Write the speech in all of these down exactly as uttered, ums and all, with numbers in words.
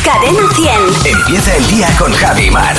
Cadena cien. Empieza el día con Javi Mar.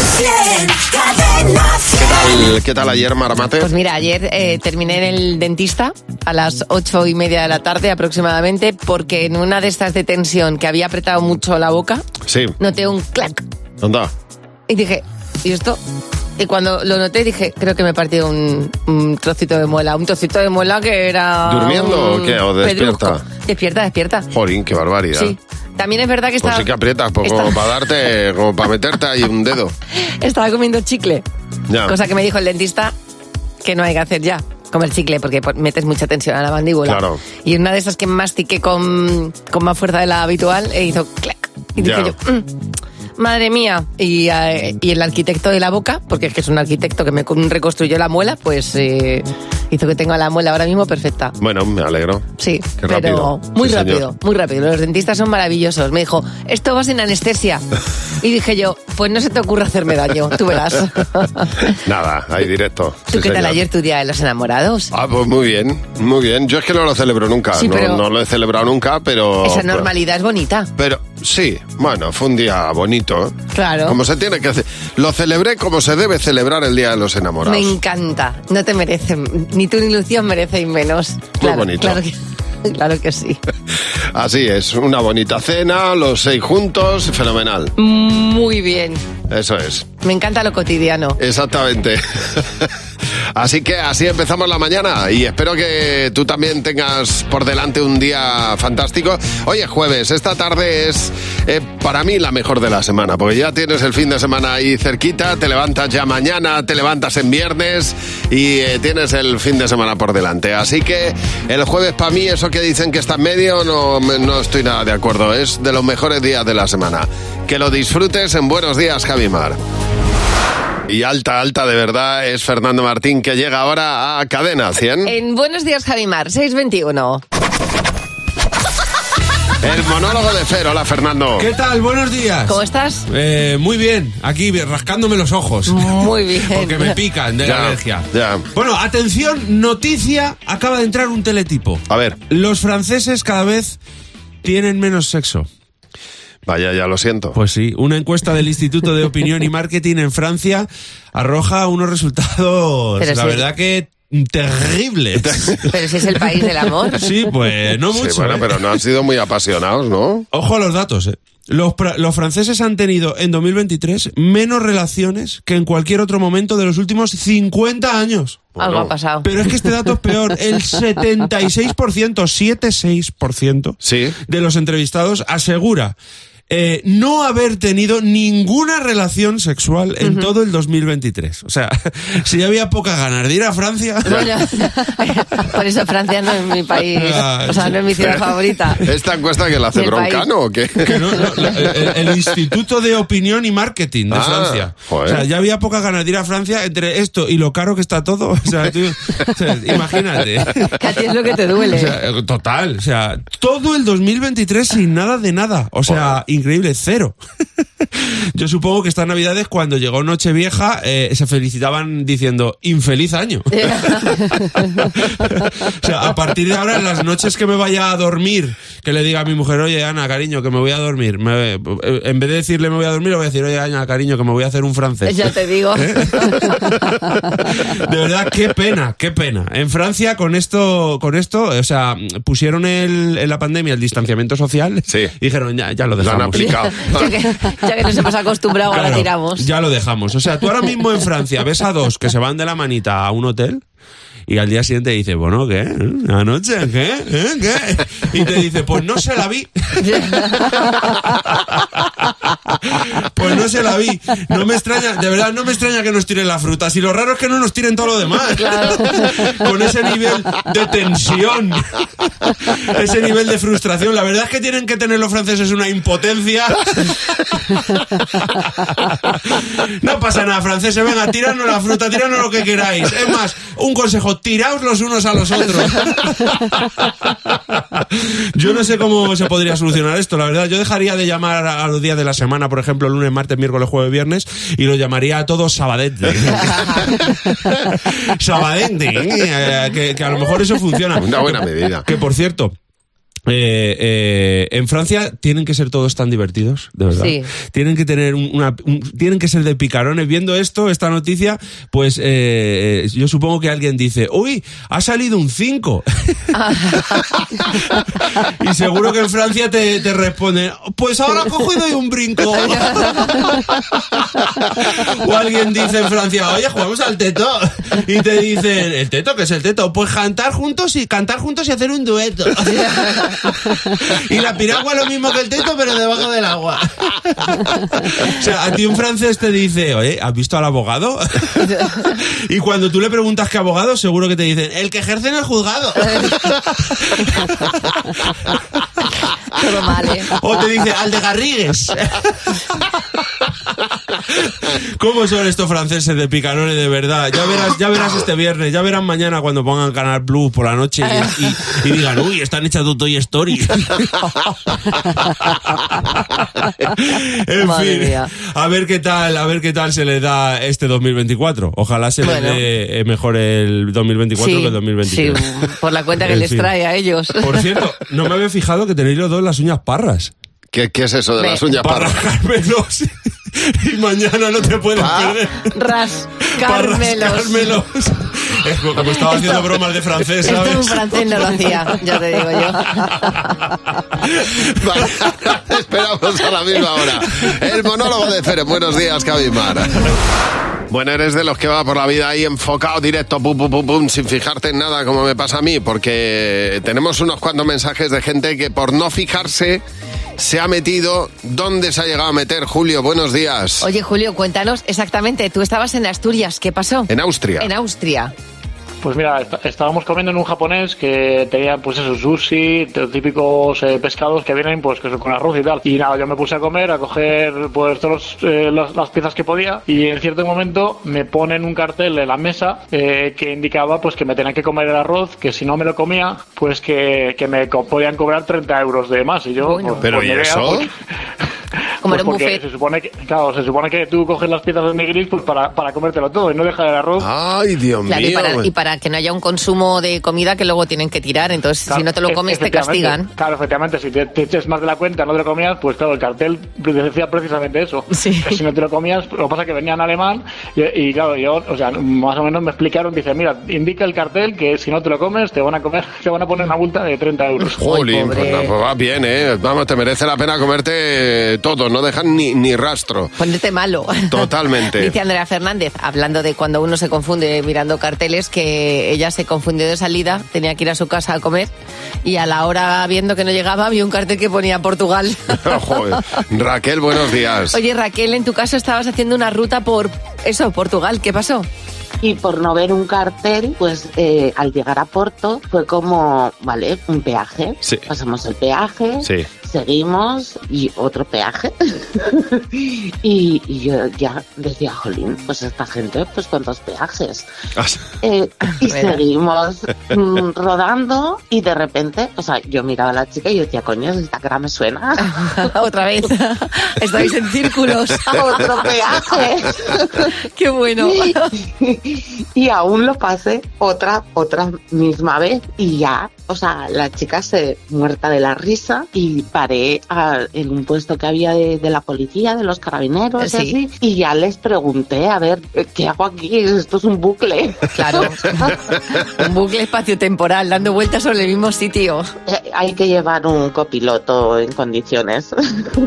Cadena cien. ¿Qué tal, qué tal ayer, Maramate? Pues mira, ayer eh, terminé en el dentista a las ocho y media de la tarde aproximadamente, porque en una de estas de tensión que había apretado mucho la boca, Sí. noté un clac. Anda. Y dije, ¿y esto? Y cuando lo noté dije, creo que me partió un, un trocito de muela. Un trocito de muela que era... ¿Durmiendo un o qué? ¿O despierta? pedrusco. Despierta, despierta. Jorín, qué barbaridad. Sí. También es verdad que Pues estaba... sí que aprietas, pues estaba- como para darte, como para meterte ahí un dedo. Estaba comiendo chicle. Ya. Cosa que me dijo el dentista que no hay que hacer ya. Comer chicle, porque metes mucha tensión a la mandíbula. Claro. Y una de esas que mastiqué con, con más fuerza de la habitual, e hizo clac. Y dije Ya. yo, mm, madre mía. Y, eh, y el arquitecto de la boca, porque es que es un arquitecto que me con- reconstruyó la muela, pues eh, hizo que tenga la muela ahora mismo perfecta. Bueno, me alegro. Sí, Qué pero rápido. muy Sí, rápido, señor. muy rápido. Los dentistas son maravillosos. Me dijo, esto va sin anestesia. Y dije yo, pues no se te ocurra hacerme daño, tú verás. Nada, ahí directo. ¿Tú Sí, qué tal señor. ayer tu día de los enamorados? Ah, pues muy bien, muy bien. Yo es que no lo celebro nunca. Sí, no, pero- no lo he celebrado nunca, pero... Esa normalidad es bonita. Pero sí, bueno, fue un día bonito. Claro. Como se tiene que hacer. Lo celebré como se debe celebrar el Día de los Enamorados. Me encanta. No te merecen, ni tú ni Lución merecéis menos. Claro, bonito. Claro que, claro que sí. Así es, una bonita cena, los seis juntos, fenomenal. Muy bien. Eso es, Me encanta lo cotidiano. exactamente. Así que así empezamos la mañana y espero que tú también tengas por delante un día fantástico. Hoy es jueves, esta tarde es eh, para mí la mejor de la semana, porque ya tienes el fin de semana ahí cerquita, te levantas ya mañana, te levantas en viernes y eh, tienes el fin de semana por delante. Así que el jueves para mí, eso que dicen que está en medio, no, no estoy nada de acuerdo, es de los mejores días de la semana. Que lo disfrutes en Buenos Días, Javi Mar. Y alta, alta de verdad es Fernando Martín, que llega ahora a Cadena cien. En Buenos Días, Javimar, seis veintiuno. El monólogo de Fer. Hola, Fernando. ¿Qué tal? Buenos días. ¿Cómo estás? Eh, muy bien, aquí rascándome los ojos. Muy bien. Porque me pican de Ya, la alergia. ya. Bueno, atención, noticia, acaba de entrar un teletipo. A ver, Los franceses cada vez tienen menos sexo. vaya, ya lo siento. Pues sí, una encuesta del Instituto de Opinión y Marketing en Francia arroja unos resultados, Pero la sí. verdad que terribles. Pero si es el país del amor. Sí, pues no mucho. Sí, bueno, ¿eh? pero no han sido muy apasionados, ¿no? Ojo a los datos, eh. Los, pra- los franceses han tenido en dos mil veintitrés menos relaciones que en cualquier otro momento de los últimos cincuenta años. Algo ha pasado. Pero es que este dato es peor. El setenta y seis por ciento, setenta y seis por ciento Sí. de los entrevistados asegura eh, no haber tenido ninguna relación sexual en todo el dos mil veintitrés. O sea, si ya había pocas ganas de ir a Francia... Bueno, por eso Francia no es mi país, o sea, no es mi ciudad favorita. ¿Esta encuesta que la hace Del país. Broncano o qué? Que no, no, la- el, el Instituto de Opinión y Marketing de Ah, Francia. joder. O sea, ya había pocas ganas de ir a Francia entre esto y lo caro que está todo. O sea, tú, o sea, imagínate. Que a ti es lo que te duele. O sea, total. O sea, todo el dos mil veintitrés sin nada de nada. O sea, increíble, cero. Yo supongo que estas navidades, cuando llegó Nochevieja, eh, se felicitaban diciendo infeliz año. O sea, a partir de ahora, en las noches que me vaya a dormir, que le diga a mi mujer, oye, Ana, cariño, que me voy a dormir. Me- en vez de decirle me voy a dormir, le voy a decir, oye, Ana, cariño, que me voy a hacer un francés. Ya te digo. De verdad, qué pena, qué pena. En Francia, con esto, con esto, o sea, pusieron el, en la pandemia el distanciamiento social. Sí. Y dijeron, ya, ya lo Lo han dejamos. aplicado. Ya que, ya que nos hemos acostumbrado, ahora Claro, tiramos. ya lo dejamos. O sea, tú ahora mismo en Francia ves a dos que se van de la manita a un hotel y al día siguiente dices, bueno, ¿qué? ¿Anoche? ¿Qué? ¿Eh? ¿Qué? Y te dice, pues no se la vi. Pues no se la vi. No me extraña, de verdad, no me extraña que nos tiren la fruta. Si lo raro es que no nos tiren todo lo demás. Claro. Con ese nivel de tensión, ese nivel de frustración. La verdad es que tienen que tener los franceses una impotencia. No pasa nada, franceses, venga, tiradnos la fruta, tiradnos lo que queráis. Es más, un consejo, tiraos los unos a los otros. Yo no sé cómo se podría solucionar esto, la verdad. Yo dejaría de llamar a los días de la semana, por ejemplo, lunes, martes, miércoles, jueves, viernes, y lo llamaría a todos Sabadente. Sabadente, eh, que, que a lo mejor eso funciona. Una buena medida. Que, por cierto, Eh, eh, en Francia tienen que ser todos tan divertidos, de verdad. Sí. Tienen que tener una, un, tienen que ser de picarones. Viendo esto, esta noticia, pues eh, yo supongo que alguien dice, uy, ha salido un cinco. Y seguro que en Francia te, te responden, pues ahora cojo y doy un brinco. O alguien dice en Francia, oye, jugamos al teto. Y te dicen, ¿el teto? ¿Qué es el teto? Pues cantar juntos y cantar juntos y hacer un dueto. Y la piragua lo mismo que el teto, pero debajo del agua. O sea, a ti un francés te dice, oye, ¿has visto al abogado? Y cuando tú le preguntas qué abogado, seguro que te dicen, el que ejerce en el juzgado. Todo mal, ¿eh? O te dice, al de Garrigues. ¿Cómo son estos franceses de picarones de verdad? Ya verás, ya verás este viernes, ya verás mañana cuando pongan Canal Plus por la noche y, y, y digan, uy, están echando Toy Story. En Madre fin, mía. a ver qué tal, a ver qué tal se les da este dos mil veinticuatro. Ojalá se Bueno. les dé eh, mejor el dos mil veinticuatro Sí, que el dos mil veintitrés. sí, por la cuenta que En les fin. trae a ellos. Por cierto, no me había fijado que tenéis los dos las uñas parras. ¿Qué, qué es eso de Ve. las uñas Para parras? rascármelos. Y mañana no te puedes Pa- perder. Para Rascármelos. rascármelos. Es como estaba haciendo bromas de francés, Esto ¿sabes? un francés no lo hacía, ya te digo yo. Vale, esperamos a la misma hora. El monólogo de Fere. Buenos días, Cabimar. Bueno, eres de los que va por la vida ahí enfocado, directo, pum, pum, pum, pum, sin fijarte en nada, como me pasa a mí, porque tenemos unos cuantos mensajes de gente que por no fijarse se ha metido. ¿Dónde se ha llegado a meter, Julio? Buenos días. Oye, Julio, cuéntanos exactamente. Tú estabas en Asturias, ¿qué pasó? En Austria. En Austria. Pues mira, est- estábamos comiendo en un japonés que tenía pues esos sushi, los típicos eh, pescados que vienen pues que son con arroz y tal. Y nada, yo me puse a comer, a coger pues todas eh, las, las piezas que podía y en cierto momento me ponen un cartel en la mesa eh, que indicaba pues que me tenían que comer el arroz, que si no me lo comía pues que, que me co- podían cobrar treinta euros de más. Y yo, Bueno. pues, Pero pues, ¿y ni idea, eso? porque- Como Pues era un porque buffet. se supone que, claro, se supone que tú coges las piezas de nigris pues para, para comértelo todo y no dejar el arroz. Ay, Dios Claro, y mío. para, y para que no haya un consumo de comida que luego tienen que tirar. Entonces, Claro, si no te lo e- comes, te efectivamente. castigan. Claro, efectivamente, si te, te eches más de la cuenta, no te lo comías, pues claro, el cartel decía precisamente eso. Sí. Que si no te lo comías, lo que pasa es que venía en alemán y, y claro, yo, o sea, más o menos me explicaron, dice, mira, indica el cartel que si no te lo comes, te van a comer, te van a poner una multa de treinta euros. Jolín, pobre. pues, no, pues va bien, ¿eh? Vamos, te merece la pena comerte todo, no dejan ni, ni rastro. Ponerte malo. Totalmente. Dice Andrea Fernández, hablando de cuando uno se confunde mirando carteles, que ella se confundió de salida, tenía que ir a su casa a comer y a la hora, viendo que no llegaba, vio un cartel que ponía Portugal. Joder. Raquel, buenos días. Oye, Raquel, en tu caso estabas haciendo una ruta por eso, Portugal. ¿Qué pasó? Y por no ver un cartel, pues eh, al llegar a Porto fue como, vale, un peaje. Sí. Pasamos el peaje, Sí. seguimos y otro peaje. y, y yo ya decía, jolín, pues esta gente, pues cuántos peajes. Ah, Eh, y ¿Verdad? seguimos mm, rodando y de repente, o sea, yo miraba a la chica y yo decía, coño, esta cara me suena. Otra vez. Estáis en círculos. Otro peaje. Qué bueno. Y aún lo pasé otra, otra misma vez y ya, o sea, la chica se muerta de la risa y paré a- en un puesto que había de, de la policía, de los carabineros Sí. y así, y ya les pregunté, a ver, ¿qué hago aquí? Esto es un bucle. Claro. Un bucle espacio-temporal, dando vueltas sobre el mismo sitio. Eh, Hay que llevar un copiloto en condiciones.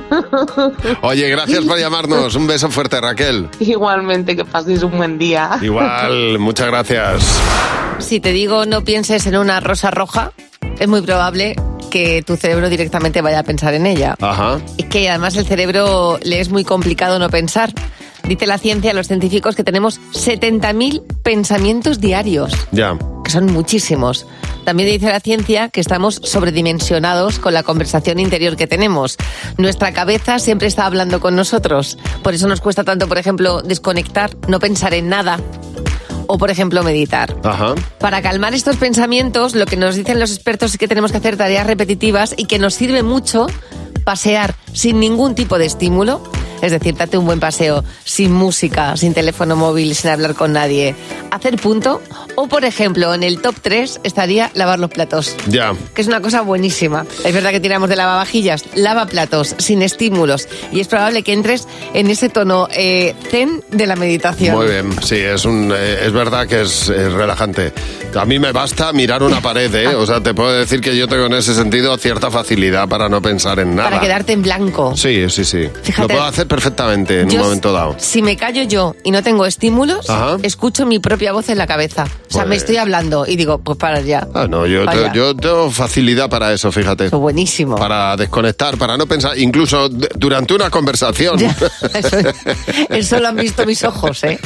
Oye, gracias por llamarnos. Un beso fuerte, Raquel. Igualmente, que paséis un buen día. Igual, muchas gracias. Si te digo no pienses en una rosa roja, es muy probable que tu cerebro directamente vaya a pensar en ella. Ajá. Es que además el cerebro le es muy complicado no pensar. Dice la ciencia, los científicos, que tenemos setenta mil pensamientos diarios, Ya. que son muchísimos. También dice la ciencia que estamos sobredimensionados con la conversación interior que tenemos. Nuestra cabeza siempre está hablando con nosotros. Por eso nos cuesta tanto, por ejemplo, desconectar, no pensar en nada. O, por ejemplo, meditar. Ajá. Para calmar estos pensamientos, lo que nos dicen los expertos es que tenemos que hacer tareas repetitivas y que nos sirve mucho pasear sin ningún tipo de estímulo, Es decir, date un buen paseo sin música, sin teléfono móvil, sin hablar con nadie. Hacer punto. O, por ejemplo, en el top tres estaría lavar los platos. Ya. Que es una cosa buenísima. Es verdad que tiramos de lavavajillas, lava platos, sin estímulos. Y es probable que entres en ese tono eh, zen de la meditación. Muy bien, sí, es un eh, es verdad que es, es relajante. A mí me basta mirar una pared, ¿eh? O sea, te puedo decir que yo tengo en ese sentido cierta facilidad para no pensar en nada. Para quedarte en blanco. Sí, sí, sí. Fíjate, lo puedo hacer perfectamente en yo, un momento dado. Si me callo yo y no tengo estímulos, Ajá. escucho mi propia voz en la cabeza. O sea, Pues... me estoy hablando y digo, pues para ya. Ah, no, yo, te, yo tengo facilidad para eso, fíjate. Eso buenísimo. Para desconectar, para no pensar, incluso d- durante una conversación. Ya, eso, eso lo han visto mis ojos, ¿eh?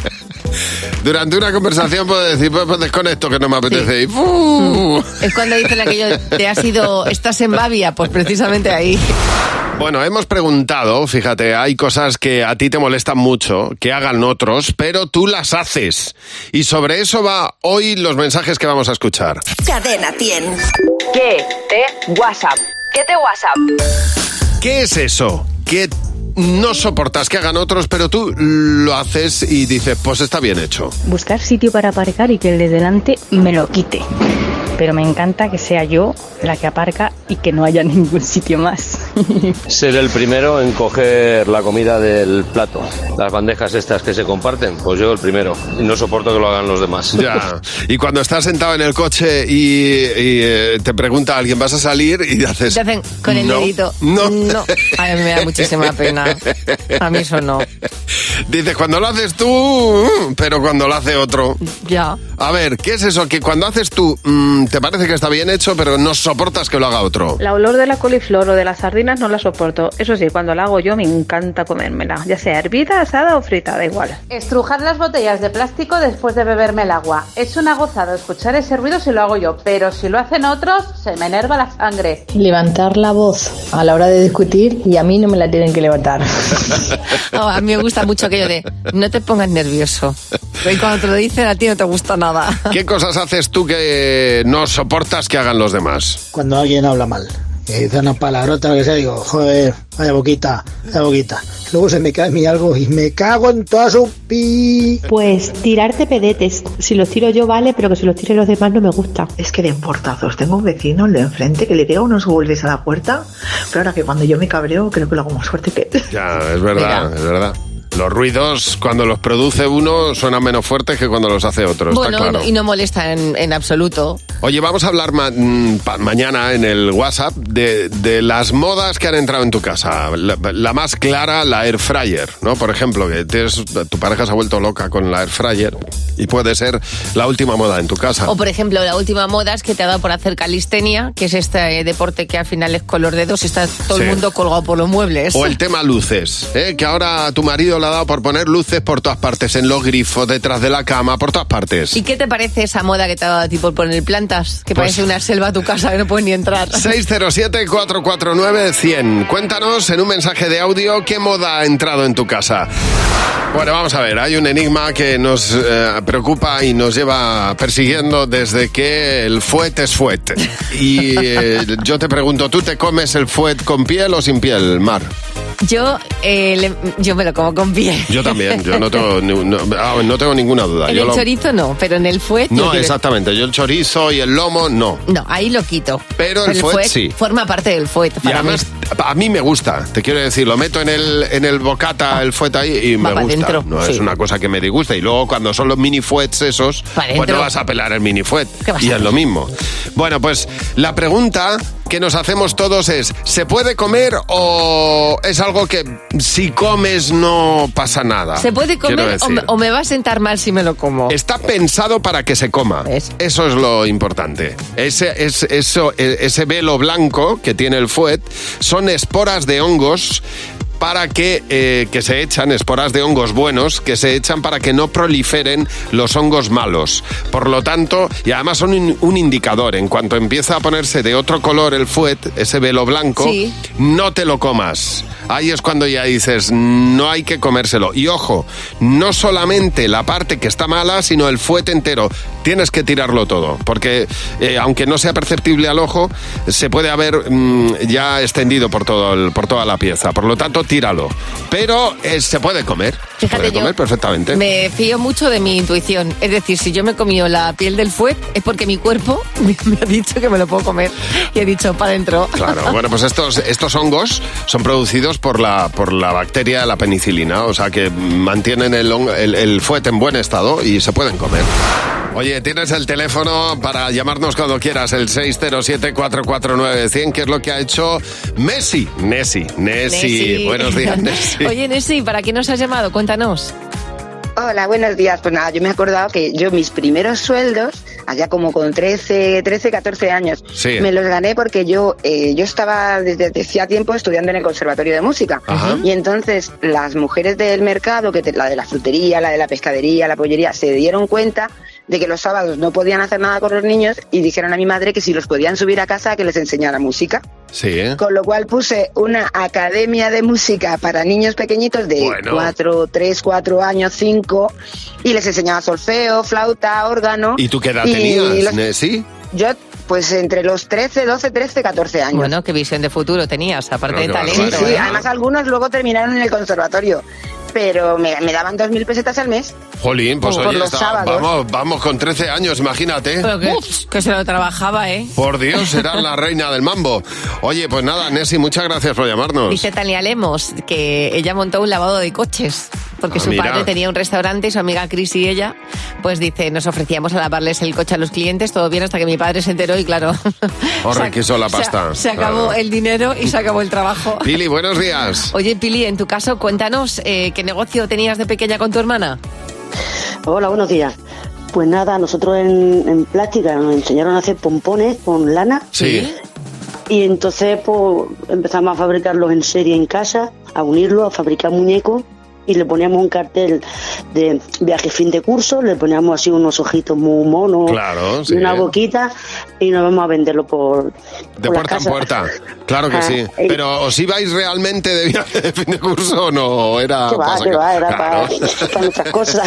Durante una conversación puedo decir, pues, pues desconecto que no me apetece. Sí. Y, ¡uh! Es cuando dicen aquello, te has ido, estás en Bavia, pues precisamente ahí. Bueno, hemos preguntado, fíjate, hay cosas que a ti te molestan mucho, que hagan otros, pero tú las haces. Y sobre eso va hoy los mensajes que vamos a escuchar. Cadena cien. ¿Qué te WhatsApp? ¿Qué te WhatsApp? ¿Qué es eso? ¿Qué no soportas que hagan otros, pero tú lo haces y dices, pues está bien hecho? Buscar sitio para aparcar y que el de delante me lo quite. Pero me encanta que sea yo la que aparca y que no haya ningún sitio más. Ser el primero en coger la comida del plato. Las bandejas estas que se comparten, pues yo el primero. Y no soporto que lo hagan los demás. Ya. Y cuando estás sentado en el coche y, y eh, te pregunta alguien, ¿vas a salir? Y haces... Te hacen con el no, dedito. No. No. A mí me da muchísima pena. A mí eso no. Dices, cuando lo haces tú, pero cuando lo hace otro... Ya. A ver, ¿qué es eso? Que cuando haces tú, mmm, te parece que está bien hecho, pero no soportas que lo haga otro. La olor de la coliflor o de las sardinas no la soporto. Eso sí, cuando la hago yo me encanta comérmela, ya sea hervida, asada o frita, da igual. Estrujar las botellas de plástico después de beberme el agua. Es una gozada escuchar ese ruido si lo hago yo, pero si lo hacen otros, se me enerva la sangre. Levantar la voz a la hora de discutir y a mí no me la tienen que levantar. Oh, a mí me gusta mucho aquello de no te pongas nervioso. Y cuando te lo dicen a ti no te gusta nada. ¿Qué cosas haces tú que no soportas que hagan los demás? Cuando alguien habla mal, que dice una palabrota o lo que sea, digo, joder, vaya boquita, vaya boquita. Luego se me cae a mí algo y me cago en toda su pi... Pues tirarte pedetes. Si los tiro yo vale, pero que si los tiren los demás no me gusta. Es que de portazos. Tengo un vecino, el de enfrente, que le pega unos golpes a la puerta, pero ahora que cuando yo me cabreo creo que lo hago más fuerte que él. Ya, es verdad, Mira. es verdad. Los ruidos, cuando los produce uno, suenan menos fuertes que cuando los hace otro, bueno, está claro. Y no molesta en, en absoluto. Oye, vamos a hablar ma- pa- mañana en el WhatsApp de, de las modas que han entrado en tu casa. La, la más clara, la air fryer, ¿no? Por ejemplo, que tienes, tu pareja se ha vuelto loca con la air fryer y puede ser la última moda en tu casa. O, por ejemplo, la última moda es que te ha dado por hacer calistenia, que es este deporte que al final es con los dedos y está todo sí. el mundo colgado por los muebles. O el tema luces, ¿eh? Que ahora tu marido le ha dado por poner luces por todas partes, en los grifos, detrás de la cama, por todas partes. ¿Y qué te parece esa moda que te ha dado a ti por poner plantas? Que pues, parece una selva a tu casa que no puedes ni entrar. seis cero siete, cuatro cuatro nueve, cien. Cuéntanos en un mensaje de audio qué moda ha entrado en tu casa. Bueno, vamos a ver, hay un enigma que nos eh, preocupa y nos lleva persiguiendo desde que el fuet es fuet. Y eh, yo te pregunto, ¿tú te comes el fuet con piel o sin piel, Mar? Yo, eh, le, yo me lo como con piel. Yo también, yo no tengo, no, no tengo ninguna duda. En yo el lo... chorizo no, pero en el fuet... No, exactamente, yo el chorizo y el lomo no. No, ahí lo quito. Pero el, el fuet, fuet sí. Forma parte del fuet para y además, mí. A mí me gusta, te quiero decir, lo meto en el, en el bocata, ah, el fuet ahí y me gusta. Dentro, no sí. es una cosa que me disgusta. Y luego cuando son los mini fuets esos, pues no vas a pelar el mini fuet. Y es lo mismo. Bueno, pues la pregunta que nos hacemos todos es, ¿se puede comer o es algo que si comes no pasa nada? ¿Se puede comer o me, o me va a sentar mal si me lo como? Está pensado para que se coma. ¿Es? Eso es lo importante. Ese, es, eso, ese velo blanco que tiene el fuet son esporas de hongos para que, eh, que se echan, esporas de hongos buenos, que se echan para que no proliferen los hongos malos. Por lo tanto, y además son un, un indicador, en cuanto empieza a ponerse de otro color el fuet, ese velo blanco, sí. no te lo comas. Ahí es cuando ya dices, no hay que comérselo. Y ojo, no solamente la parte que está mala, sino el fuet entero. Tienes que tirarlo todo, porque eh, aunque no sea perceptible al ojo, se puede haber mmm, ya extendido por, todo el, por toda la pieza. Por lo tanto, tíralo. Pero eh, se puede comer. Se Fíjate, puede yo comer perfectamente. Me fío mucho de mi intuición. Es decir, si yo me he comido la piel del fuet, es porque mi cuerpo me, me ha dicho que me lo puedo comer. Y he dicho, para adentro. Claro, bueno, pues estos, estos hongos son producidos por la, por la bacteria, la penicilina, o sea que mantienen el, hong- el, el fuet en buen estado y se pueden comer. Oye, tienes el teléfono para llamarnos cuando quieras, el seis cero siete, cuatro cuatro nueve, cero cero, que es lo que ha hecho Messi. Nessi, Nessi. Nessi. Buenos días, Nessi. Oye, Nessi, ¿para qué nos has llamado? Cuéntanos. Hola, buenos días. Pues nada, yo me he acordado que yo mis primeros sueldos, allá como con trece, catorce años, Sí. me los gané porque yo eh, yo estaba desde hacía tiempo estudiando en el Conservatorio de Música. Ajá. Y entonces las mujeres del mercado, que te- la de la frutería, la de la pescadería, la pollería, se dieron cuenta de que los sábados no podían hacer nada con los niños y dijeron a mi madre que si los podían subir a casa que les enseñara música. Sí, ¿eh? Con lo cual puse una academia de música para niños pequeñitos de Bueno. cuatro, tres, cuatro años, cinco, y les enseñaba solfeo, flauta, órgano. ¿Y tú qué edad y tenías, los- Nessi? Yo, pues entre los trece, doce, trece, catorce años. Bueno, qué visión de futuro tenías, aparte Pero de qué talento. Sí, ¿eh? además algunos luego terminaron en el conservatorio, pero me, me daban dos mil pesetas al mes. Jolín, pues Por oye, los está- sábados. vamos, vamos con trece años, imagínate. Pero que, que se lo trabajaba, ¿eh? Por Dios, serás la reina del mambo. Oye, pues nada, Nessi, muchas gracias por llamarnos. Dice Tania Lemos que ella montó un lavado de coches porque Ah, su mira. padre tenía un restaurante y su amiga Cris y ella, pues dice, nos ofrecíamos a lavarles el coche a los clientes, todo bien hasta que mi padre se enteró y claro, Os se- requisó la se- pasta. Se, acabó Claro. el dinero y se acabó el trabajo. Pili, buenos días. Oye, Pili, en tu caso, cuéntanos, eh, ¿qué negocio tenías de pequeña con tu hermana? Hola, buenos días. Pues nada, nosotros en, en plástica nos enseñaron a hacer pompones con lana. Sí. Y entonces pues empezamos a fabricarlos en serie en casa, a unirlos, a fabricar muñecos y le poníamos un cartel de viaje fin de curso, le poníamos así unos ojitos muy monos Claro, y sí. una boquita y nos vamos a venderlo por, De por las puerta en casas. puerta. Claro que Ah, sí. y- Pero ¿os ibais realmente de viaje de fin de curso o no? Era Que va, pasa que va, era Claro. para, para nuestras cosas.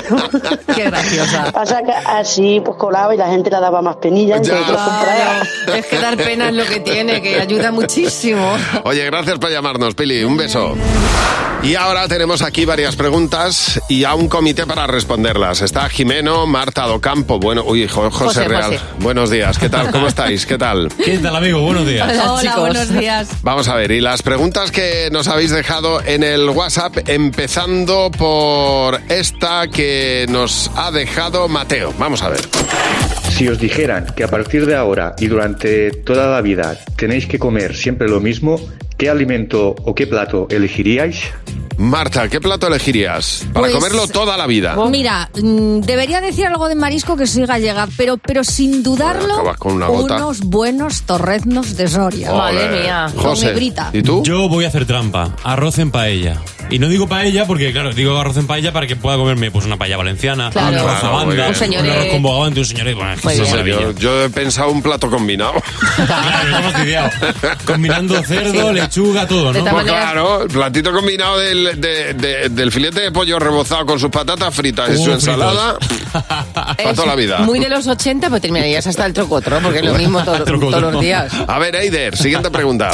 Qué graciosa. Pasa que así pues colaba y la gente la daba más penilla. Ya. entonces los compraba. Es que dar pena es lo que tiene, que ayuda muchísimo. Oye, gracias por llamarnos, Pili. Un beso. Y ahora tenemos aquí varias preguntas y a un comité para responderlas. Está Jimeno, Marta Docampo, bueno, uy, Jo- José, José, Real. José. Buenos días, ¿qué tal? ¿Cómo estáis? ¿Qué tal? ¿Qué tal, amigo? Buenos días. Hola, buenos días. Vamos a ver, y las preguntas que nos habéis dejado en el WhatsApp, empezando por esta que nos ha dejado Mateo. Vamos a ver. Si os dijeran que a partir de ahora y durante toda la vida tenéis que comer siempre lo mismo, ¿qué alimento o qué plato elegiríais? Marta, ¿qué plato elegirías para Pues, comerlo toda la vida? Mira, mm, debería decir algo de marisco que soy gallega, pero, pero sin dudarlo, acabas con una gota. unos buenos torreznos de Soria. Ole. José, Con hebrita. ¿y tú? Yo voy a hacer trampa. Arroz en paella. Y no digo paella porque, claro, digo arroz en paella para que pueda comerme pues una paella valenciana, Claro. un arroz Claro, a muy banda, bien. un arroz con bogavante, un señor. Bueno, es que Sí, eso es sí, maravilla. yo, yo he pensado un plato combinado. Claro, estamos fastidiados. Combinando cerdo, lechuga, todo, ¿no? Pues claro, el platito combinado del, de- de- del filete de pollo rebozado con sus patatas fritas y Uh, su ensalada para toda la vida. Muy de los ochenta, pues terminarías hasta el trocotro, porque es lo mismo to- todos los días. A ver, Eider, siguiente pregunta.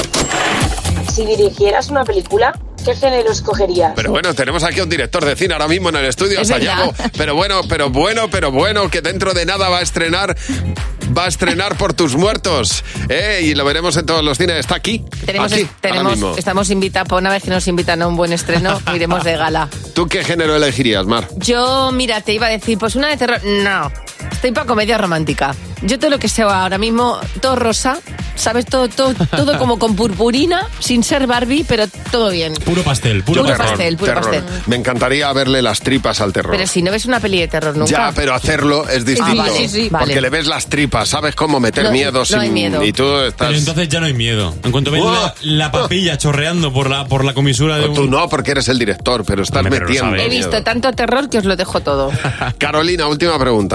Si dirigieras una película, ¿qué género escogerías? Pero bueno, tenemos aquí a un director de cine ahora mismo en el estudio, Es Sayago. verdad. Pero bueno, pero bueno, pero bueno, que dentro de nada va a estrenar, va a estrenar Por tus muertos. ¿eh? Y lo veremos en todos los cines. Está aquí, Tenemos, aquí, ahora tenemos, mismo. estamos invitados, por una vez que nos invitan a un buen estreno, iremos de gala. ¿Tú qué género elegirías, Mar? Yo, mira, te iba a decir, pues una de terror. No, estoy para comedia romántica. Yo todo lo que sea ahora mismo, todo rosa, ¿sabes? Todo, todo, todo como con purpurina, sin ser Barbie, pero todo bien. Puro pastel, puro, Puro pastel. pastel, puro terror. pastel. Me encantaría verle las tripas al terror. Pero si no ves una peli de terror nunca. Ya, pero hacerlo es distinto. Ah, vale, sí, sí. Porque Vale. le ves las tripas, sabes cómo meter No, miedo no sin. hay miedo. Y tú estás. Pero entonces ya no hay miedo. En cuanto ves la, la papilla chorreando por la, por la comisura de un... Tú no, porque eres el director, pero estás Hombre, pero lo metiendo. sabes. He miedo. visto tanto terror que os lo dejo todo. Carolina, última pregunta.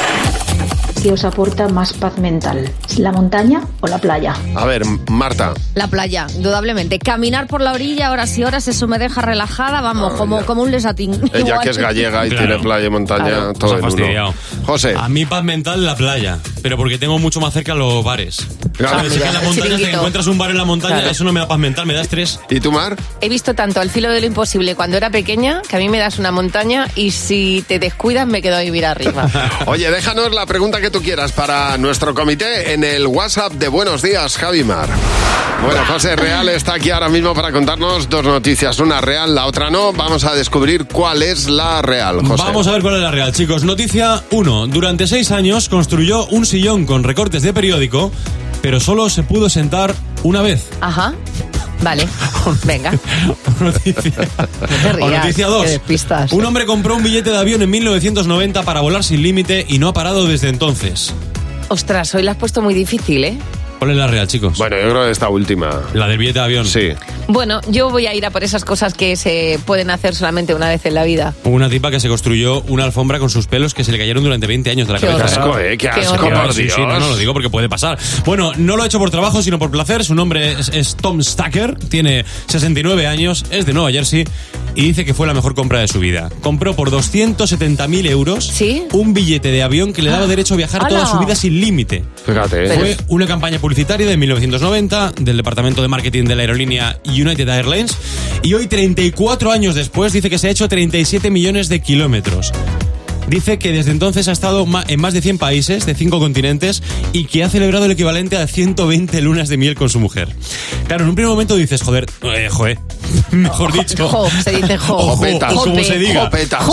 ¿Qué os aporta más paz mental? ¿La montaña o la playa? A ver, Marta. La playa, indudablemente. Caminar por la orilla horas y horas, eso me deja relajada, vamos, Ah, como, ya. como un lesatín. Ella Igual. que es gallega y Claro. tiene playa y montaña, Claro. todo Nos ha en fastidiado. uno. José. A mí paz mental la playa. pero porque tengo mucho más cerca los bares. ¿Sabes? Si que en la montaña te encuentras un bar en la montaña, claro. Eso no me da paz mental, me da estrés. ¿Y tú, Mar? He visto tanto Al filo de lo imposible cuando era pequeña, que a mí me das una montaña y si te descuidas me quedo a vivir arriba. Oye, déjanos la pregunta que tú quieras para nuestro comité en el WhatsApp de Buenos Días, Javimar. Bueno, José Real está aquí ahora mismo para contarnos dos noticias, una real, la otra no. Vamos a descubrir cuál es la real, José. Vamos a ver cuál es la real, chicos. Noticia uno. Durante seis años construyó un sillón con recortes de periódico, pero solo se pudo sentar una vez. Ajá. Vale, venga. Noticia. No te rías, o noticia dos. Te despistas. Un hombre compró un billete de avión en mil novecientos noventa para volar sin límite y no ha parado desde entonces. Ostras, hoy la has puesto muy difícil, ¿eh? ¿Cuál es la real, chicos? Bueno, yo creo que esta última. ¿La del billete de avión? Sí. Bueno, yo voy a ir a por esas cosas que se pueden hacer solamente una vez en la vida. Hubo una tipa que se construyó una alfombra con sus pelos que se le cayeron durante veinte años de la Qué cabeza. asco, ¿eh? Qué asco, Qué por sí, Dios. sí, no, no lo digo porque puede pasar. Bueno, no lo ha hecho por trabajo, sino por placer. Su nombre es, es Tom Stacker, tiene sesenta y nueve años, es de Nueva Jersey y dice que fue la mejor compra de su vida. Compró por doscientos setenta mil euros ¿Sí? un billete de avión que le daba derecho a viajar ¡Hala! toda su vida sin límite. Fíjate, ¿eh? Fue una campaña publicitaria de mil novecientos noventa del departamento de marketing de la aerolínea United Airlines y hoy, treinta y cuatro años después, dice que se ha hecho treinta y siete millones de kilómetros. Dice que desde entonces ha estado en más de cien países, de cinco continentes, y que ha celebrado el equivalente a ciento veinte lunas de miel con su mujer. Claro, en un primer momento dices, joder, eh, joe, mejor dicho. Jo, se dice jo. O Jopetas. como se diga. Jopetas.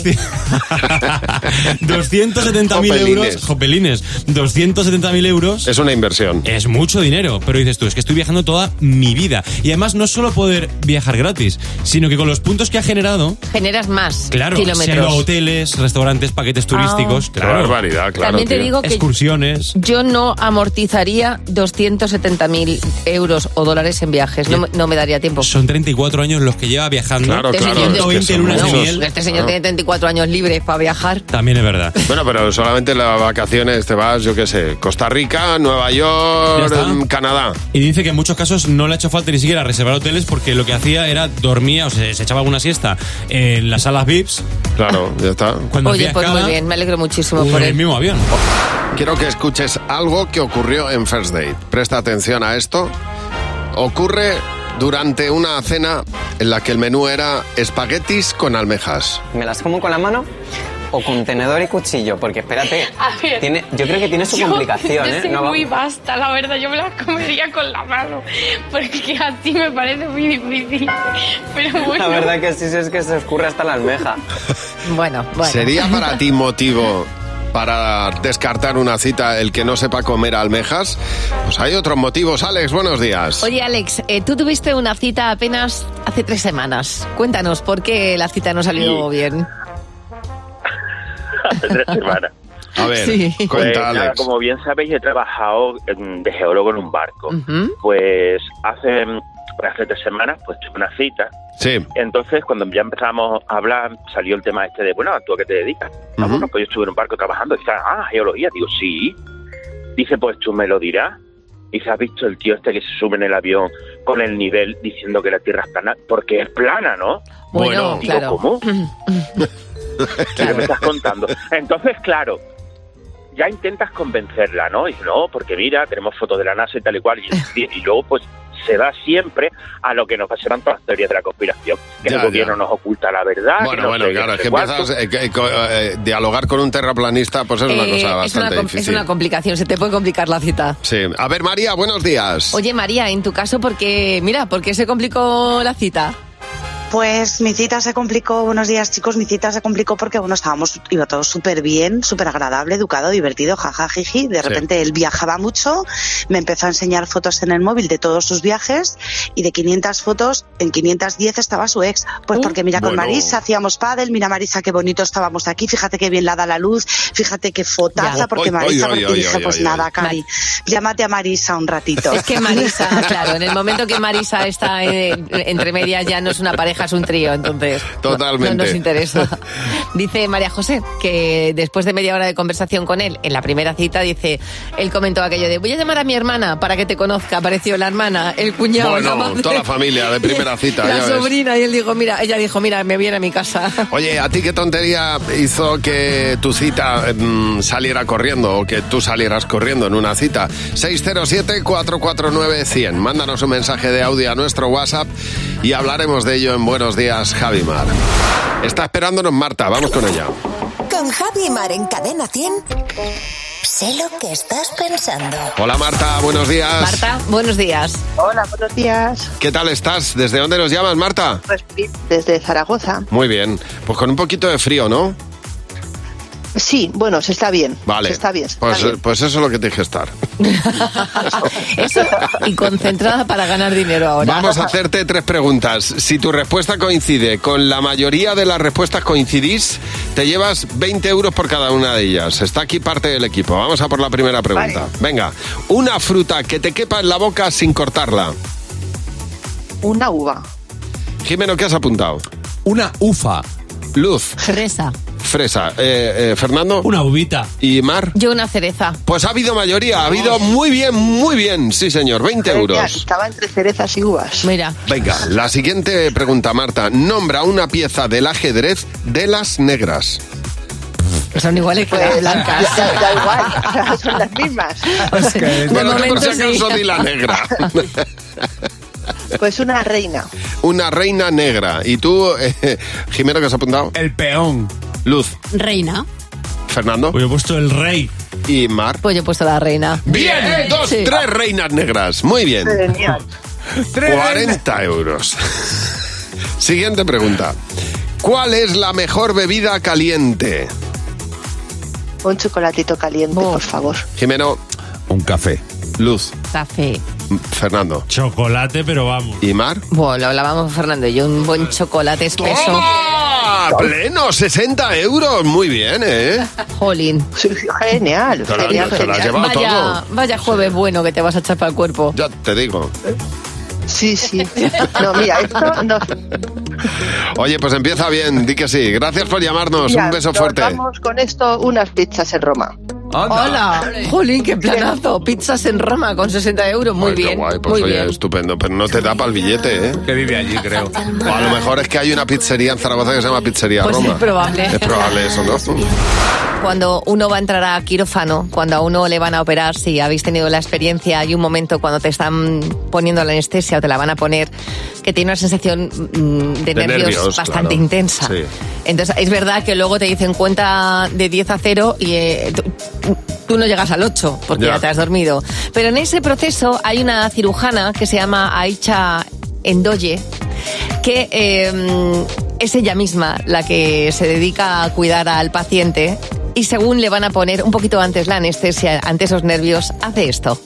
doscientos setenta mil euros. Jopelines. doscientos setenta mil euros. Es una inversión. Es mucho dinero, pero dices tú, es que estoy viajando toda mi vida. Y además no solo poder viajar gratis, sino que con los puntos que ha generado... Generas más Claro, kilómetros. se ha ido a hoteles, restaurantes, paquetes turísticos. Ah. Claro. Qué barbaridad, claro. También te tío. digo que excursiones. yo no amortizaría doscientos setenta mil euros o dólares en viajes. No, me- no me daría tiempo. Son treinta y cuatro años los que lleva viajando. Claro, Este claro. señor es que veinte son lunas de muchos. miel. Este señor Claro. tiene treinta y cuatro años libres para viajar. También es verdad. Bueno, pero solamente en las vacaciones te vas, yo qué sé, Costa Rica, Nueva Ya York, está. em, Canadá. Y dice que en muchos casos no le ha hecho falta ni siquiera reservar hoteles porque lo que hacía era dormía, o sea, se echaba una siesta en las salas V I Ps. Claro, ya está. Cuando Oye, hacía pues escala, muy bien, me alegro muchísimo en por el él. mismo avión. Quiero que escuches algo que ocurrió en First Date. Presta atención a esto. Ocurre durante una cena en la que el menú era espaguetis con almejas. ¿Me las como con la mano o con tenedor y cuchillo? Porque espérate, A ver, tiene, yo creo que tiene su yo- complicación, yo ¿eh? soy No va- muy vasta, la verdad, yo me las comería con la mano, porque así me parece muy difícil. Pero bueno. La verdad que sí, sí, es que se escurre hasta la almeja. Bueno, bueno. ¿Sería para ti motivo para descartar una cita el que no sepa comer almejas? Pues hay otros motivos. Alex, buenos días. Oye, Alex, eh, tú tuviste una cita apenas hace tres semanas. Cuéntanos, ¿por qué la cita no salió bien? Hace tres semanas. A ver, Sí. Pues, cuenta, nada, Alex. como bien sabéis, he trabajado en- de geólogo en un barco. Ujú. Pues hace, pues hace tres semanas pues tuve una cita. Sí. Entonces, cuando ya empezamos a hablar, salió el tema este de, bueno, ¿tú a qué te dedicas? Ah, Ujú. bueno, pues yo estuve en un barco trabajando. Y dice, ah, geología. Digo, sí. Dice, pues tú me lo dirás. Dice, ¿has visto el tío este que se sube en el avión con el nivel diciendo que la Tierra es plana? Porque es plana, ¿no? Bueno, Digo, claro. ¿cómo? ¿Qué me estás contando? Entonces, claro, ya intentas convencerla, ¿no? Y dice, no, porque mira, tenemos fotos de la NASA y tal y cual. Y, y luego, pues, se va siempre a lo que nos pasaron todas las teorías de la conspiración. Que Ya, el gobierno ya. nos oculta la verdad. que Bueno, no bueno, sé qué, claro, no es sé que cuánto. empiezas eh, que- co- eh, dialogar con un terraplanista, pues es una Eh, cosa es, una, bastante com- difícil. es una complicación, se te puede complicar la cita. Sí. A ver, María, buenos días. Oye, María, en tu caso, ¿por qué, mira, ¿por qué se complicó la cita? Pues mi cita se complicó, buenos días chicos, mi cita se complicó porque bueno, estábamos, iba todo súper bien, súper agradable, educado, divertido, jaja, jiji. De Sí. repente él viajaba mucho, me empezó a enseñar fotos en el móvil de todos sus viajes y de quinientas fotos, en quinientas diez estaba su ex. Pues porque mira, con Bueno. Marisa hacíamos pádel, mira Marisa qué bonito estábamos aquí, fíjate qué bien la da la luz, fíjate qué fotaza, Ya. porque Oy, Marisa, oy, porque oy, dije, oy, pues oy, nada, oy. Cari, llámate a Marisa un ratito. Es que Marisa, claro, en el momento que Marisa está eh, entre medias ya no es una pareja pareja, es un trío, entonces Totalmente. no, no nos interesa. Dice María José que después de media hora de conversación con él, en la primera cita, dice, él comentó aquello de, voy a llamar a mi hermana para que te conozca. Apareció la hermana, el cuñado, Bueno, la madre, toda la familia de primera cita. la ya ves. sobrina, y él dijo, mira, ella dijo, mira, me viene a mi casa. Oye, ¿a ti qué tontería hizo que tu cita mmm, saliera corriendo o que tú salieras corriendo en una cita? seis cero siete, cuatro cuatro nueve, cero cero. Mándanos un mensaje de audio a nuestro WhatsApp y hablaremos de ello en Buenos Días, Javi Mar. Está esperándonos Marta, vamos con ella. Con Javi Mar en Cadena cien. Sé lo que estás pensando. Hola Marta, buenos días. Marta, buenos días. Hola, buenos días. ¿Qué tal estás? ¿Desde dónde nos llamas, Marta? Pues desde Zaragoza. Muy bien, pues con un poquito de frío, ¿no? Sí, bueno, se está bien. Vale. Se está bien. se está Pues, bien. pues eso es lo que tienes que estar. Eso, y concentrada para ganar dinero ahora. Vamos a hacerte tres preguntas. Si tu respuesta coincide con la mayoría de las respuestas coincidís, te llevas veinte euros por cada una de ellas. Está aquí parte del equipo. Vamos a por la primera pregunta. Vale. Venga, una fruta que te quepa en la boca sin cortarla. Una uva. Jimeno, ¿qué has apuntado? Una ufa. Luz. Fresa. Fresa. Eh, eh, Fernando. Una uvita. ¿Y Mar? Yo una cereza. Pues ha habido mayoría, ha habido muy bien, muy bien. Sí, señor, veinte Genial, euros. Estaba entre cerezas y uvas. Mira. Venga, la siguiente pregunta, Marta. Nombra una pieza del ajedrez de las negras. Que son iguales que las Pues, blancas. Da, da igual, son las mismas. De Bueno, que por momento si acaso sí. di la negra. Pues una reina. Una reina negra. ¿Y tú, eh, Jimeno, qué has apuntado? El peón. Luz. Reina. Fernando. Pues yo he puesto el rey. ¿Y Mar? Pues yo he puesto la reina. Bien, dos, Sí. tres reinas negras. Muy bien. Genial. cuarenta euros. Siguiente pregunta. ¿Cuál es la mejor bebida caliente? Un chocolatito caliente, por favor. Jimeno. Un café. Luz. Café. Fernando. Chocolate, pero vamos. ¿Y Mar? Bueno, lo hablábamos Fernando y yo, un buen chocolate espeso. ¡Toma! ¡Pleno! sesenta euros. Muy bien, ¿eh? Jolín. Genial. Te lo- genial, te lo has genial. llevado Vaya, todo. vaya jueves bueno que te vas a echar para el cuerpo. Ya te digo. Sí, sí. No, mira, esto no. Oye, pues empieza bien, di que sí. Gracias por llamarnos. Mira, Un beso nos fuerte. Vamos con esto, unas pizzas en Roma. Hola. Jolín, qué planazo. Pizzas en Roma con sesenta euros. Muy Ay, qué bien. guay, pues muy oye, bien. estupendo. Pero no te da para el billete, ¿eh? Que vive allí, creo. O a lo mejor es que hay una pizzería en Zaragoza que se llama Pizzería Pues Roma. es probable. Es probable eso, ¿no? Cuando uno va a entrar a quirófano, cuando a uno le van a operar, si habéis tenido la experiencia, hay un momento cuando te están poniendo la anestesia o te la van a poner, que tiene una sensación mm, de, De nervios, nervios, bastante claro. intensa. Sí. Entonces, es verdad que luego te dicen cuenta de diez a cero y eh, tú, tú no llegas al ocho porque Ya. ya te has dormido. Pero en ese proceso hay una cirujana que se llama Aicha Endoye, que eh, es ella misma la que se dedica a cuidar al paciente y según le van a poner un poquito antes la anestesia, ante esos nervios, hace esto.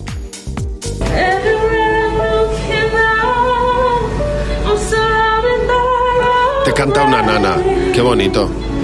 Te canta una nana. Qué bonito.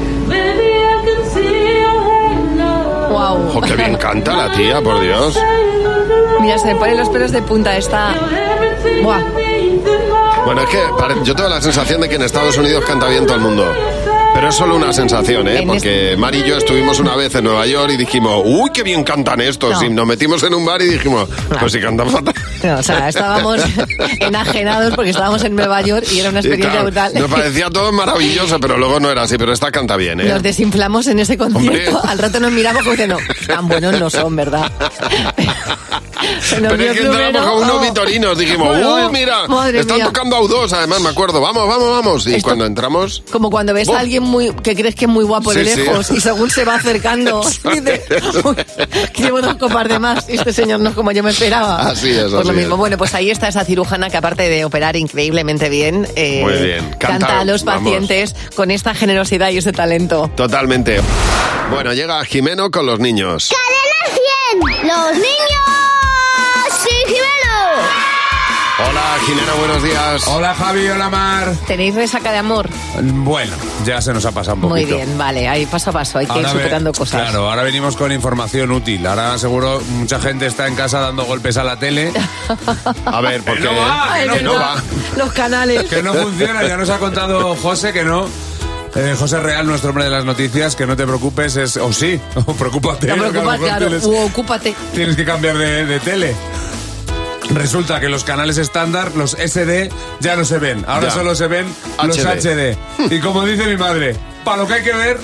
Wow. Ojo, qué bien canta la tía, por Dios. Mira, se me ponen los pelos de punta. Está... Buah. Bueno, es que pare- yo tengo la sensación de que en Estados Unidos canta bien todo el mundo. Pero es solo una sensación, ¿eh? En Porque Mari y yo estuvimos una vez en Nueva York y dijimos, uy, qué bien cantan estos. No. Y nos metimos en un bar y dijimos, pues si cantan fatal. No, o sea, estábamos enajenados porque estábamos en Nueva York y era una Y experiencia claro, brutal. nos parecía todo maravilloso, pero luego no era así. Pero esta canta bien, ¿eh? Nos desinflamos en ese concierto. Hombre. Al rato nos miramos como diciendo, tan buenos no son, ¿verdad? Se nos Pero dio es que el entramos plumero. como unos Oh. vitorinos. Dijimos, Bueno, ¡uh, mira! madre Están mía. tocando a U dos, además, me acuerdo. Vamos, vamos, vamos. Y Esto- cuando entramos... Como cuando ves Buf. a alguien muy que crees que es muy guapo de Sí, sí. lejos y según se va acercando dice, "Uy, que llevo dos copas de más y este señor no es como yo me esperaba". Así es, Por así lo mismo, es. bueno, pues ahí está esa cirujana que aparte de operar increíblemente bien, eh, Muy bien. canta, Canta, a los vamos. pacientes con esta generosidad y ese talento. Totalmente. Bueno, llega Jimeno con los niños. ¡Cadena cien! ¡Los niños! ¡Sí, Jimeno! Hola, Jimena, buenos días. Hola, Javi, hola, Mar. ¿Tenéis resaca de amor? Bueno, ya se nos ha pasado un poquito. Muy bien, vale, ahí paso a paso, hay que Ahora ir superando ve- cosas. Claro, ahora venimos con información útil. Ahora seguro mucha gente está en casa dando golpes a la tele. A ver, ¿por Que qué? no va, que Ay, no verdad. va. Los canales. Que no funciona, ya nos ha contado José que no. Eh, José Real, nuestro hombre de las noticias, que no te preocupes, es o sí, o preocúpate. No que a lo preocupas, mejor claro, tienes, u ocúpate. tienes que cambiar de, de tele. Resulta que los canales estándar, los S D, ya no se ven. Ahora Ya. solo se ven los H D. H D. Y como dice mi madre, para lo que hay que ver.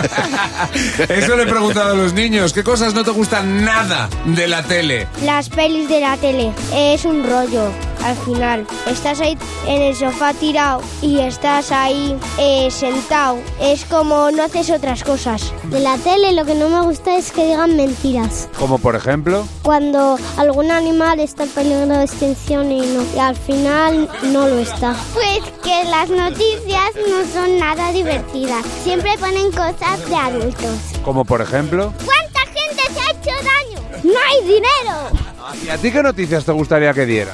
Eso le he preguntado a los niños. ¿Qué cosas no te gustan nada de la tele? Las pelis de la tele es un rollo. Al final, estás ahí en el sofá tirado y estás ahí eh, sentado. Es como no haces otras cosas. De la tele lo que no me gusta es que digan mentiras. Como por ejemplo. Cuando algún animal está en peligro de extinción y, no, y al final no lo está. Pues que las noticias no son nada divertidas. Siempre ponen cosas de adultos. Como por ejemplo. ¿Cuánta gente se ha hecho daño? ¡No hay dinero! ¿Y a ti qué noticias te gustaría que diera?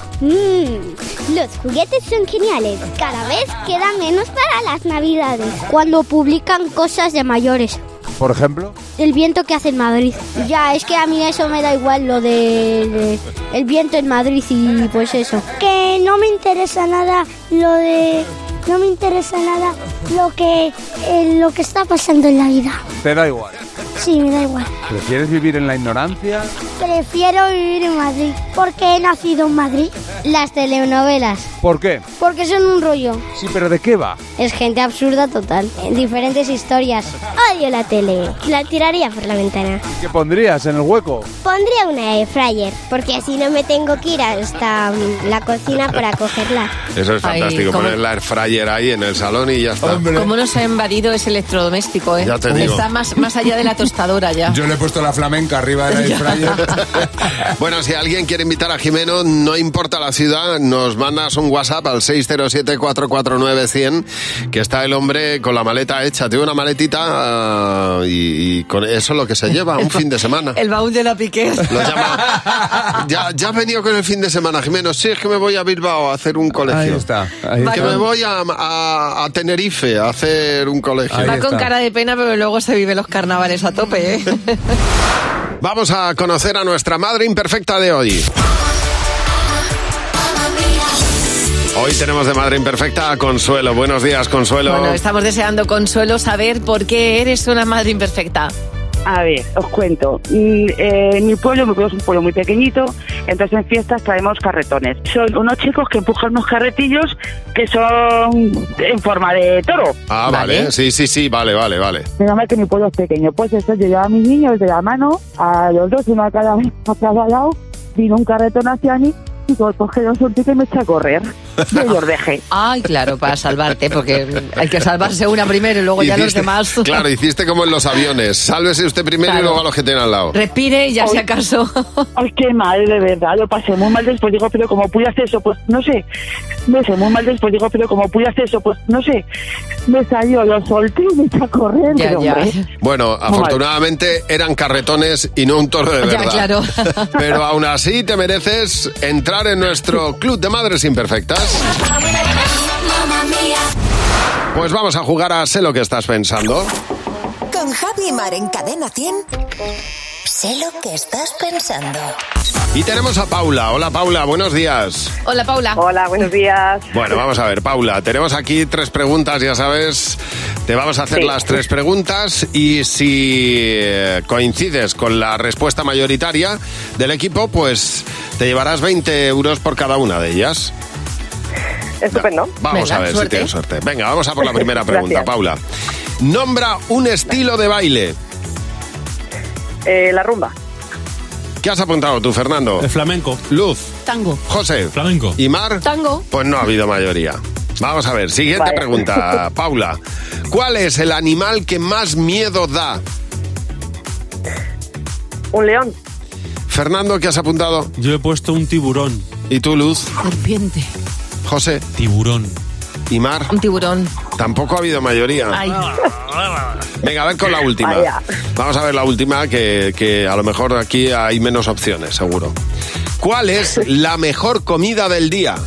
Mmm, los juguetes son geniales. Cada vez queda menos para las navidades. Cuando publican cosas de mayores. Por ejemplo. El viento que hace en Madrid. Ya, es que a mí eso me da igual, lo de, de el viento en Madrid y pues eso. Que no me interesa nada lo de... No me interesa nada lo que, eh, lo que está pasando en la vida. Te da igual. Sí, me da igual. ¿Prefieres vivir en la ignorancia? Prefiero vivir en Madrid. porque he nacido en Madrid. Las telenovelas. ¿Por qué? Porque son un rollo. Sí, pero ¿de qué va? Es gente absurda total. En diferentes historias. Odio la tele. La tiraría por la ventana. ¿Qué pondrías en el hueco? Pondría una air fryer, porque así no me tengo que ir hasta um, la cocina para cogerla. Eso es Ay, fantástico, ¿cómo? poner la air fryer ahí en el salón y ya está. ¿Cómo nos ha invadido ese electrodoméstico, eh? Ya te digo. Está más, más allá de la tostadora ya. Yo le he puesto la flamenca arriba de la air fryer. Bueno, si alguien quiere invitar a Jimeno, no importa la ciudad, nos mandas un WhatsApp al seis cero siete, cuatro cuatro nueve, cien, que está el hombre con la maleta hecha. Tiene una maletita uh, y, y con eso es lo que se lleva un fin de semana. El baúl de la Piqué. Lo llama. Ya, ya has venido con el fin de semana, Jimeno. Sí, es que me voy a Bilbao a hacer un colegio. Ahí está. Ahí que está. me voy a, a, a Tenerife a hacer un colegio. Va con cara de pena, pero luego se vive los carnavales a tope, ¿eh? Vamos a conocer a nuestra madre imperfecta de hoy. Hoy tenemos de madre imperfecta a Consuelo. Buenos días, Consuelo. Bueno, estamos deseando, Consuelo, saber por qué eres una madre imperfecta. A ver, os cuento. Mm, eh, mi pueblo, mi pueblo es un pueblo muy pequeñito, entonces en fiestas traemos carretones. Son unos chicos que empujan unos carretillos que son en forma de toro. Ah, vale. vale. Sí, sí, sí, vale, vale, vale. Menos mal que mi pueblo es pequeño. Pues eso, yo llevaba a mis niños de la mano, a los dos, uno a cada, a cada lado, vino un carretón hacia mí, y pues coge los solté que me eché a correr. Yo los dejé. Ay, claro, para salvarte, porque hay que salvarse una primero y luego ya los demás. Claro, hiciste como en los aviones. Sálvese usted primero claro. y luego a los que tienen al lado. Respire y ya si acaso. Ay, qué mal, de verdad. Lo pasé muy mal después. Digo, pero como pude hacer eso, pues no sé. Me pasé muy mal después. Digo, pero como pude hacer eso, pues no sé. Me salió, lo solté y me eché a correr. Ya, pero, ya. Hombre. Bueno, muy afortunadamente mal. Eran carretones y no un toro de verdad. Ya, claro. Pero aún así te mereces entrar en nuestro club de madres imperfectas. Pues vamos a jugar a Sé lo que estás pensando. Con Javi y Mar en Cadena cien. Sé lo que estás pensando. Y tenemos a Paula. Hola, Paula, buenos días. Hola, Paula. Hola, buenos días. Bueno, vamos a ver, Paula, tenemos aquí tres preguntas, ya sabes. Te vamos a hacer sí. las tres preguntas y si coincides con la respuesta mayoritaria del equipo, pues te llevarás veinte euros por cada una de ellas. Estupendo. Vamos Venga, a ver suerte. si tienes suerte. Venga, vamos a por la primera pregunta, Paula. Nombra un estilo de baile. Eh, la rumba. ¿Qué has apuntado tú, Fernando? El flamenco. Luz. Tango. José. Flamenco. ¿Y Mar? Tango. Pues no ha habido mayoría. Vamos a ver, siguiente vale. pregunta, Paula. ¿Cuál es el animal que más miedo da? Un león. Fernando, ¿qué has apuntado? Yo he puesto un tiburón. ¿Y tú, Luz? Serpiente. José. Tiburón. ¿Y Mar? Un tiburón. Tampoco ha habido mayoría. Ay. Venga, a ver con la última. Vaya. Vamos a ver la última, que, que a lo mejor aquí hay menos opciones, seguro. ¿Cuál es la mejor comida del día?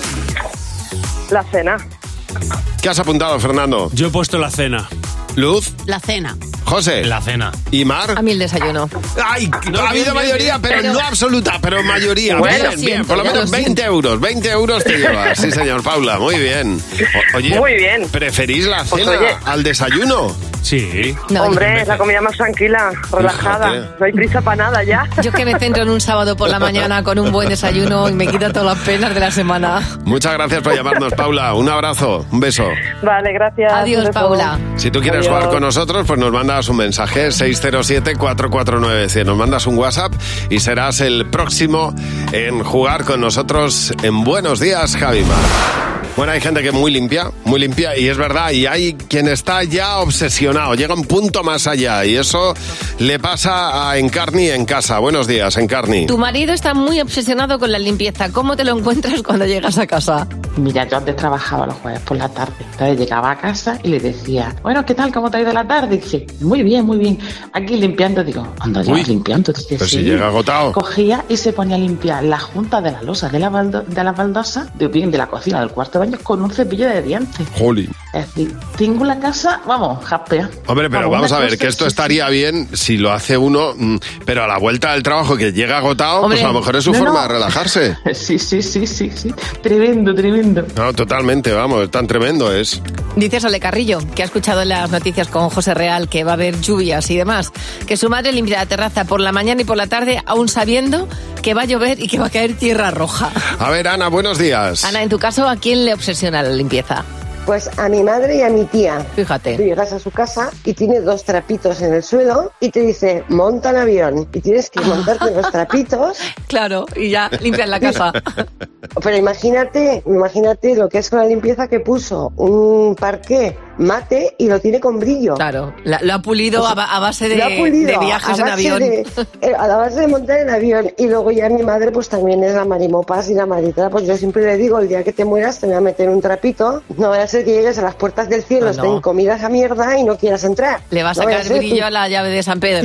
La cena. ¿Qué has apuntado, Fernando? Yo he puesto la cena. Luz. La cena. José. La cena. ¿Y Mar? A mí el desayuno. ¡Ay! No, ha habido bien, mayoría, bien, pero, pero- no absoluta, pero mayoría. Bueno, bien, siento, bien. Por lo ya menos lo veinte euros. veinte euros te llevas. Sí, señor Paula. Muy bien. O- oye, Muy bien. ¿preferís la Pues, cena oye. al desayuno? Sí. No, Hombre, yo- es la comida más tranquila, relajada. Fíjate. No hay prisa para nada ya. Yo que me centro en un sábado por la mañana con un buen desayuno y me quita todas las penas de la semana. Muchas gracias por llamarnos, Paula. Un abrazo, un beso. Vale, gracias. Adiós, Beso. Paula. Si tú quieres Adiós. jugar con nosotros, pues nos mandas un mensaje seis cero siete, cuatro cuatro nueve, cien. Nos mandas un WhatsApp y serás el próximo en jugar con nosotros en Buenos Días, Javimar. Bueno, hay gente que es muy limpia, muy limpia, y es verdad, y hay quien está ya obsesionado, llega un punto más allá, y eso le pasa a Encarni en casa. Buenos días, Encarni. Tu marido está muy obsesionado con la limpieza. ¿Cómo te lo encuentras cuando llegas a casa? Mira, yo antes trabajaba los jueves por la tarde. Entonces llegaba a casa y le decía, bueno, ¿qué tal? ¿Cómo te ha ido la tarde? Y dice, muy bien, muy bien. Aquí limpiando. Digo, anda, ya Uy, limpiando. Dice, pero si sí. llega agotado. Cogía y se ponía a limpiar la junta de la losa de la, baldo- de la baldosa, de bien de la cocina, del cuarto de baño, con un cepillo de dientes. Joli. Es decir, tengo la casa, vamos, jaspea. Hombre, pero vamos a ver, que esto estaría bien si lo hace uno, mm, pero a la vuelta del trabajo que llega agotado, Hombre, pues a lo mejor es su no, forma no. de relajarse. Sí, sí, sí, sí, sí. Tremendo, tremendo. No, totalmente, vamos, tan tremendo es. Dice Sole Carrillo, que ha escuchado en las noticias con José Real que va a haber lluvias y demás, que su madre limpia la terraza por la mañana y por la tarde, aún sabiendo que va a llover y que va a caer tierra roja. A ver, Ana, buenos días. Ana, en tu caso, ¿a quién le obsesiona la limpieza? Pues a mi madre y a mi tía. Fíjate. Tú llegas a su casa y tiene dos trapitos en el suelo y te dice, monta el avión. Y tienes que montarte los trapitos. Claro, y ya limpian la casa. Pero imagínate, imagínate lo que es con la limpieza que puso un parqué mate y lo tiene con brillo. Claro, la- lo ha pulido a, ba- a base de, Lo ha pulido de viajes a en base avión. de- eh, a la base de montar en avión. Y luego ya mi madre pues también es la marimopas y la marita. Pues yo siempre le digo, el día que te mueras te voy a meter un trapito. No vaya a ser que llegues a las puertas del cielo, Ah, no. estén comidas a mierda y no quieras entrar. Le va a No vaya sacar ser brillo que- a la llave de San Pedro.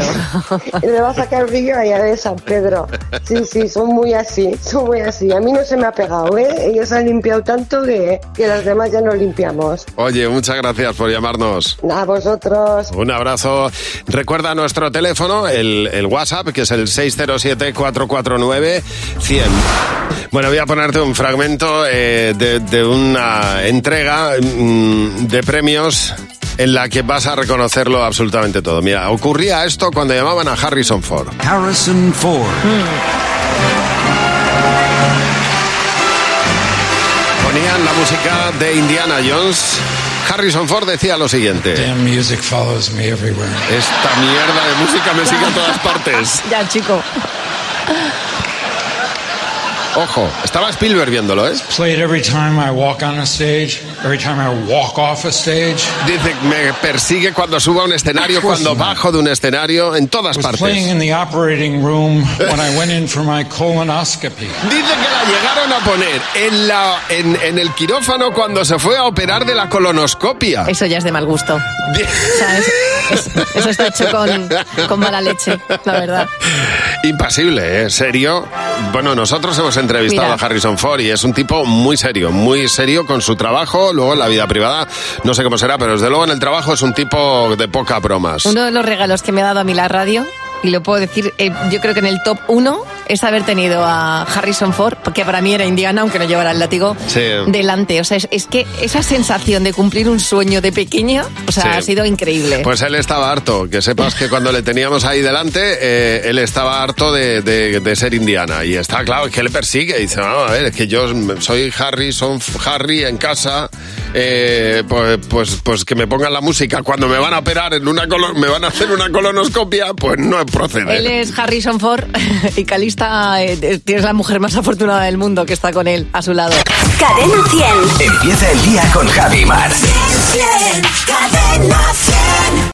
Le va a sacar brillo a la llave de San Pedro. Sí, sí, son muy así, son muy así. A mí no se me ha pegado, ¿eh? Ellos han limpiado tanto que, que los demás ya no limpiamos. Oye, muchas gracias por llamarnos. A vosotros. Un abrazo. Recuerda nuestro teléfono, el, el WhatsApp, que es el seis cero siete, cuatro cuatro nueve, cien. Bueno, voy a ponerte un fragmento eh, de, de una entrega mm, de premios en la que vas a reconocerlo absolutamente todo. Mira, ocurría esto cuando llamaban a Harrison Ford. Harrison Ford. Ponían la música de Indiana Jones. Harrison Ford decía lo siguiente. Damn music follows me everywhere. Esta mierda de música me sigue a todas partes. Ya, chico. Ojo, estaba Spielberg viéndolo, ¿eh? Played every time I walk on a stage, every time I walk off a stage. Dice, me persigue cuando subo a un escenario, cuando bajo de un escenario, en todas Was partes. playing in the operating room when I went in for my colonoscopy. Dice que la llegaron a poner en, la, en, en el quirófano cuando se fue a operar de la colonoscopia. Eso ya es de mal gusto. O sea, es- es- eso está hecho con, con mala leche, la verdad. Impasible, ¿eh? Serio. Bueno, nosotros hemos entrevistado Mira. a Harrison Ford y es un tipo muy serio, muy serio con su trabajo. Luego en la vida privada, no sé cómo será, pero desde luego en el trabajo es un tipo de poca bromas. Uno de los regalos que me ha dado a mí la radio, y lo puedo decir, eh, yo creo que en el top uno, es haber tenido a Harrison Ford, porque para mí era Indiana, aunque no llevara el látigo, Sí. delante. O sea, es, es que esa sensación de cumplir un sueño de pequeña, o sea, Sí. ha sido increíble. Pues él estaba harto, que sepas que cuando le teníamos ahí delante, eh, él estaba harto de, de- de ser Indiana. Y está claro, es que le persigue. Y dice, vamos a ver, es que yo soy Harrison, Harry en casa, eh, pues, pues, pues que me pongan la música cuando me van a operar en una colo- me van a hacer una colonoscopia, pues no procede. Él es Harrison Ford y Calista eh, eh, tienes la mujer más afortunada del mundo que está con él a su lado. Cadena cien. Empieza el día con Javi Mar. Cadena cien.